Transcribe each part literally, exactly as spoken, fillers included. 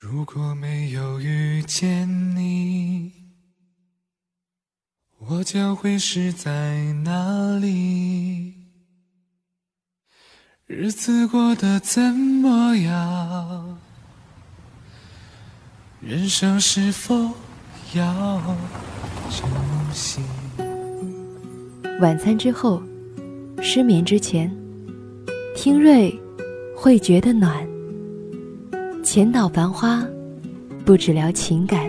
如果没有遇见你，我将会是在哪里？日子过得怎么样？人生是否要珍惜？ 晚餐之后，失眠之前，听瑞会觉得暖。浅岛繁花，不只聊情感。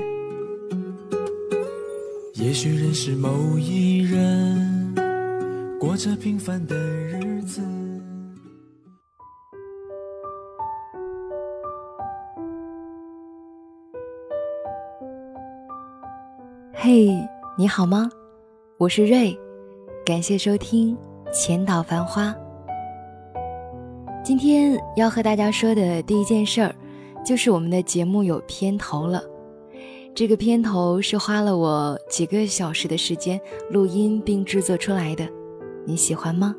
也许认识某一人，过着平凡的日子。 嘿，你好吗？我是瑞，感谢收听浅岛繁花。今天要和大家说的第一件事儿，就是我们的节目有片头了。这个片头是花了我几个小时的时间录音并制作出来的，你喜欢吗？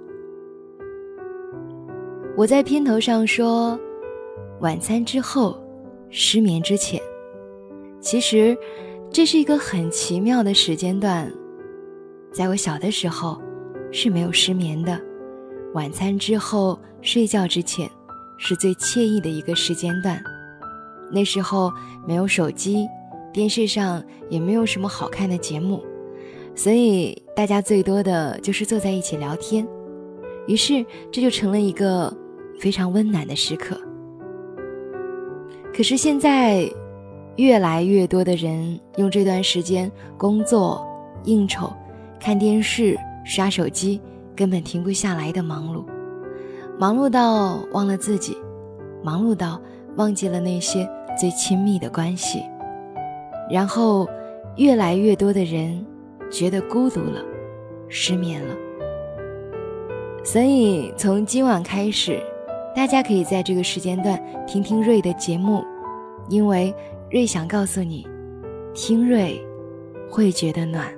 我在片头上说，晚餐之后，失眠之前。其实这是一个很奇妙的时间段，在我小的时候是没有失眠的，晚餐之后睡觉之前是最惬意的一个时间段。那时候没有手机，电视上也没有什么好看的节目，所以大家最多的就是坐在一起聊天，于是这就成了一个非常温暖的时刻。可是现在越来越多的人用这段时间工作、应酬、看电视、刷手机，根本停不下来的忙碌，忙碌到忘了自己，忙碌到忘记了那些最亲密的关系，然后越来越多的人觉得孤独了，失眠了。所以从今晚开始，大家可以在这个时间段听听瑞的节目，因为瑞想告诉你，听瑞会觉得暖。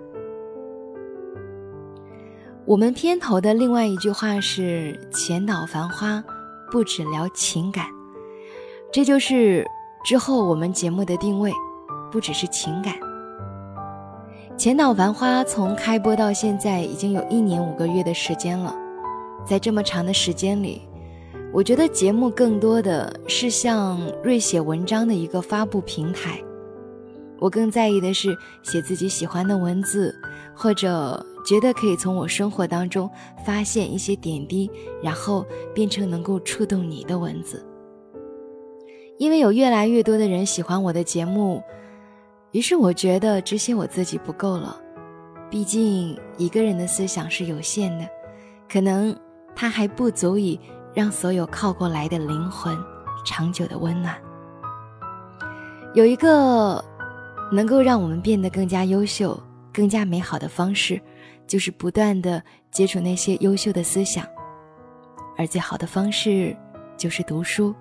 我们片头的另外一句话是浅岛繁花，不只聊情感，这就是之后我们节目的定位，不只是情感。浅岛繁花从开播到现在已经有一年五个月的时间了，在这么长的时间里，我觉得节目更多的是像瑞写文章的一个发布平台。我更在意的是写自己喜欢的文字，或者觉得可以从我生活当中发现一些点滴，然后变成能够触动你的文字。因为有越来越多的人喜欢我的节目，于是我觉得只写我自己不够了，毕竟一个人的思想是有限的，可能它还不足以让所有靠过来的灵魂长久的温暖。有一个能够让我们变得更加优秀、更加美好的方式，就是不断地接触那些优秀的思想，而最好的方式就是读书。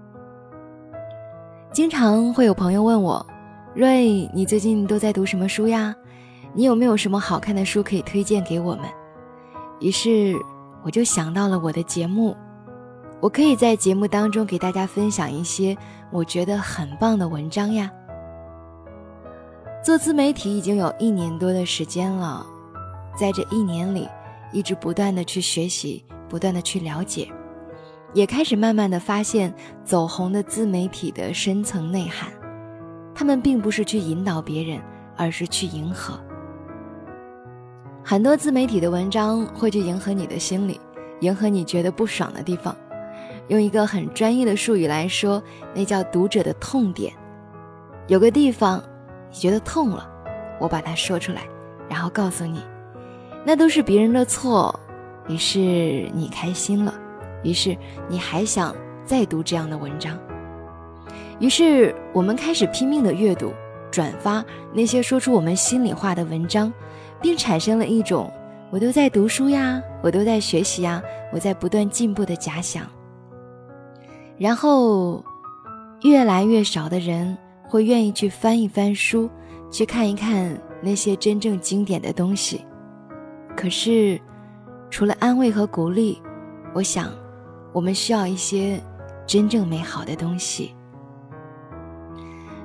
经常会有朋友问我，瑞，你最近都在读什么书呀？你有没有什么好看的书可以推荐给我们？于是我就想到了我的节目，我可以在节目当中给大家分享一些我觉得很棒的文章呀。做自媒体已经有一年多的时间了，在这一年里一直不断的去学习，不断的去了解，也开始慢慢的发现走红的自媒体的深层内涵。他们并不是去引导别人，而是去迎合。很多自媒体的文章会去迎合你的心理，迎合你觉得不爽的地方。用一个很专业的术语来说，那叫读者的痛点。有个地方你觉得痛了，我把它说出来，然后告诉你，那都是别人的错，于是你开心了，于是你还想再读这样的文章。于是我们开始拼命的阅读、转发那些说出我们心里话的文章，并产生了一种我都在读书呀，我都在学习呀，我在不断进步的假想。然后越来越少的人会愿意去翻一翻书，去看一看那些真正经典的东西。可是除了安慰和鼓励，我想我们需要一些真正美好的东西。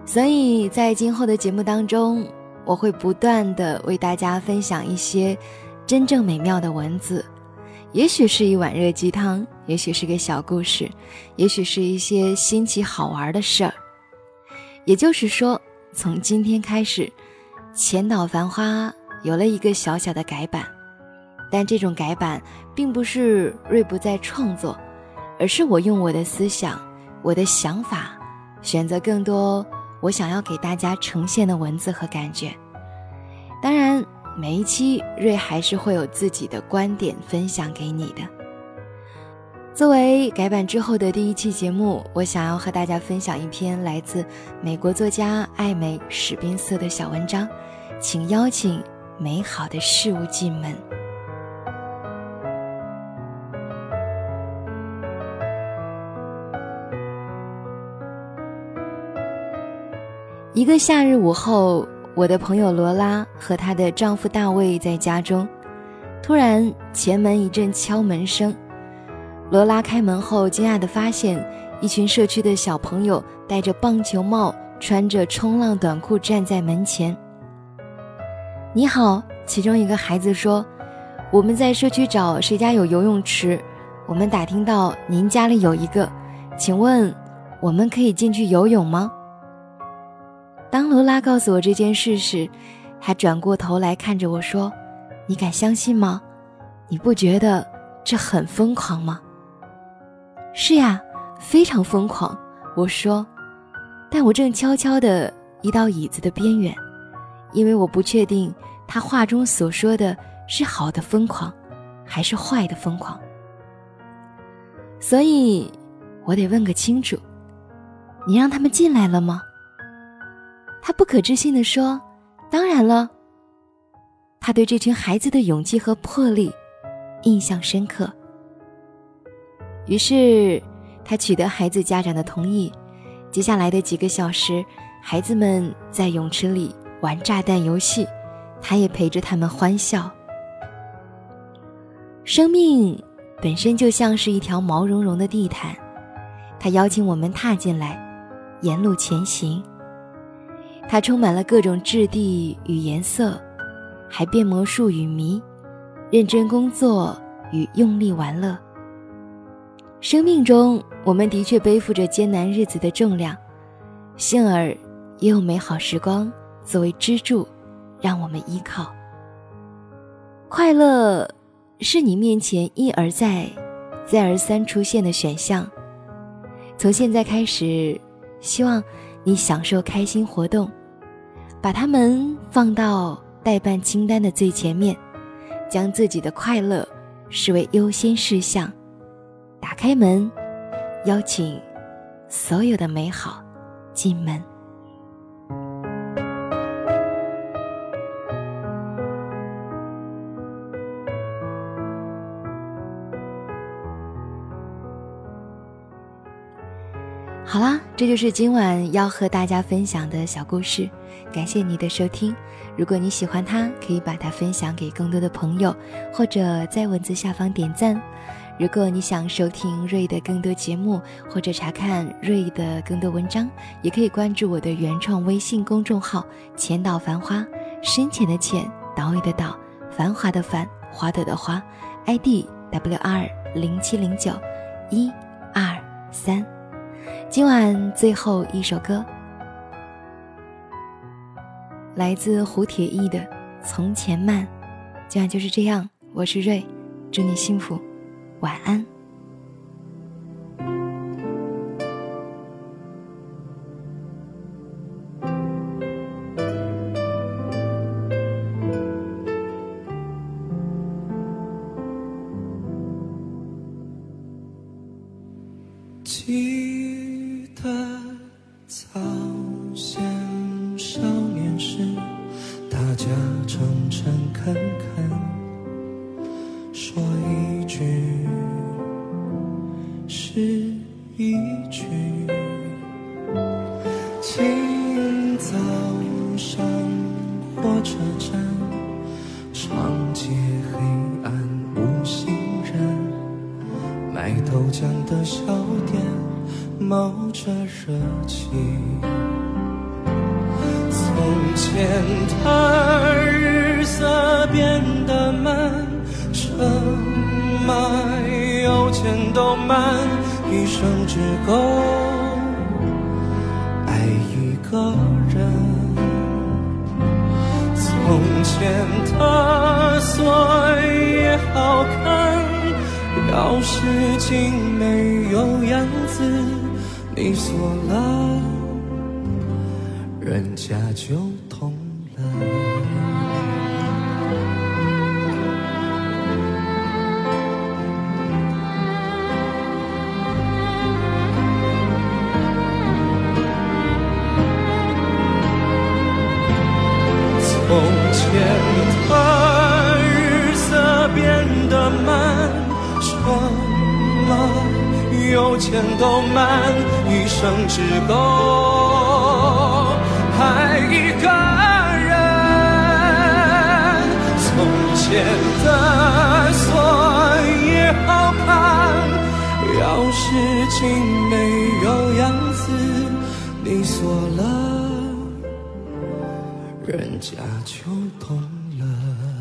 所以在今后的节目当中，我会不断的为大家分享一些真正美妙的文字，也许是一碗热鸡汤，也许是个小故事，也许是一些新奇好玩的事儿。也就是说，从今天开始，千岛繁花有了一个小小的改版，但这种改版并不是瑞不再创作，而是我用我的思想，我的想法，选择更多我想要给大家呈现的文字和感觉。当然，每一期瑞还是会有自己的观点分享给你的。作为改版之后的第一期节目，我想要和大家分享一篇来自美国作家艾美·史宾瑟的小文章，请邀请美好的事物进门。一个夏日午后，我的朋友罗拉和她的丈夫大卫在家中，突然前门一阵敲门声。罗拉开门后惊讶地发现，一群社区的小朋友戴着棒球帽，穿着冲浪短裤站在门前。你好，其中一个孩子说，我们在社区找谁家有游泳池，我们打听到您家里有一个，请问我们可以进去游泳吗？当罗拉告诉我这件事时，她转过头来看着我说，你敢相信吗？你不觉得这很疯狂吗？是呀，非常疯狂，我说，但我正悄悄地移到椅子的边缘，因为我不确定他话中所说的是好的疯狂还是坏的疯狂，所以我得问个清楚，你让他们进来了吗？他不可置信地说，当然了。他对这群孩子的勇气和魄力印象深刻，于是他取得孩子家长的同意，接下来的几个小时，孩子们在泳池里玩炸弹游戏，他也陪着他们欢笑。生命本身就像是一条毛茸茸的地毯，它邀请我们踏进来，沿路前行。它充满了各种质地与颜色，还变魔术与谜，认真工作与用力玩乐。生命中，我们的确背负着艰难日子的重量，幸而也有美好时光作为支柱，让我们依靠。快乐是你面前一而再、再而三出现的选项。从现在开始，希望你享受开心活动，把它们放到待办清单的最前面，将自己的快乐视为优先事项。打开门，邀请所有的美好进门。好啦，这就是今晚要和大家分享的小故事，感谢你的收听。如果你喜欢它，可以把它分享给更多的朋友，或者在文字下方点赞。如果你想收听瑞的更多节目，或者查看瑞的更多文章，也可以关注我的原创微信公众号浅岛繁花，深浅的浅，岛屿的岛，繁华的繁，花朵的花， I D W R 零七零九一二三。今晚最后一首歌，来自胡铁翼的《从前慢》。今晚就是这样，我是瑞，祝你幸福，晚安。 记得早先少年时，大家诚诚恳恳说一句是一句。清早上火车站，长街黑暗无行人，卖豆浆的小店冒着热气， 前的日色变得慢，车马邮件都慢，一生只够爱一个人。从前的锁也好看，钥匙精没有样子，你锁了，人家就痛了。从前的日色变得慢，车马邮件都慢，一生只够爱一个人。从前的锁也好看，钥匙精没有样子，你锁了，人家就懂了。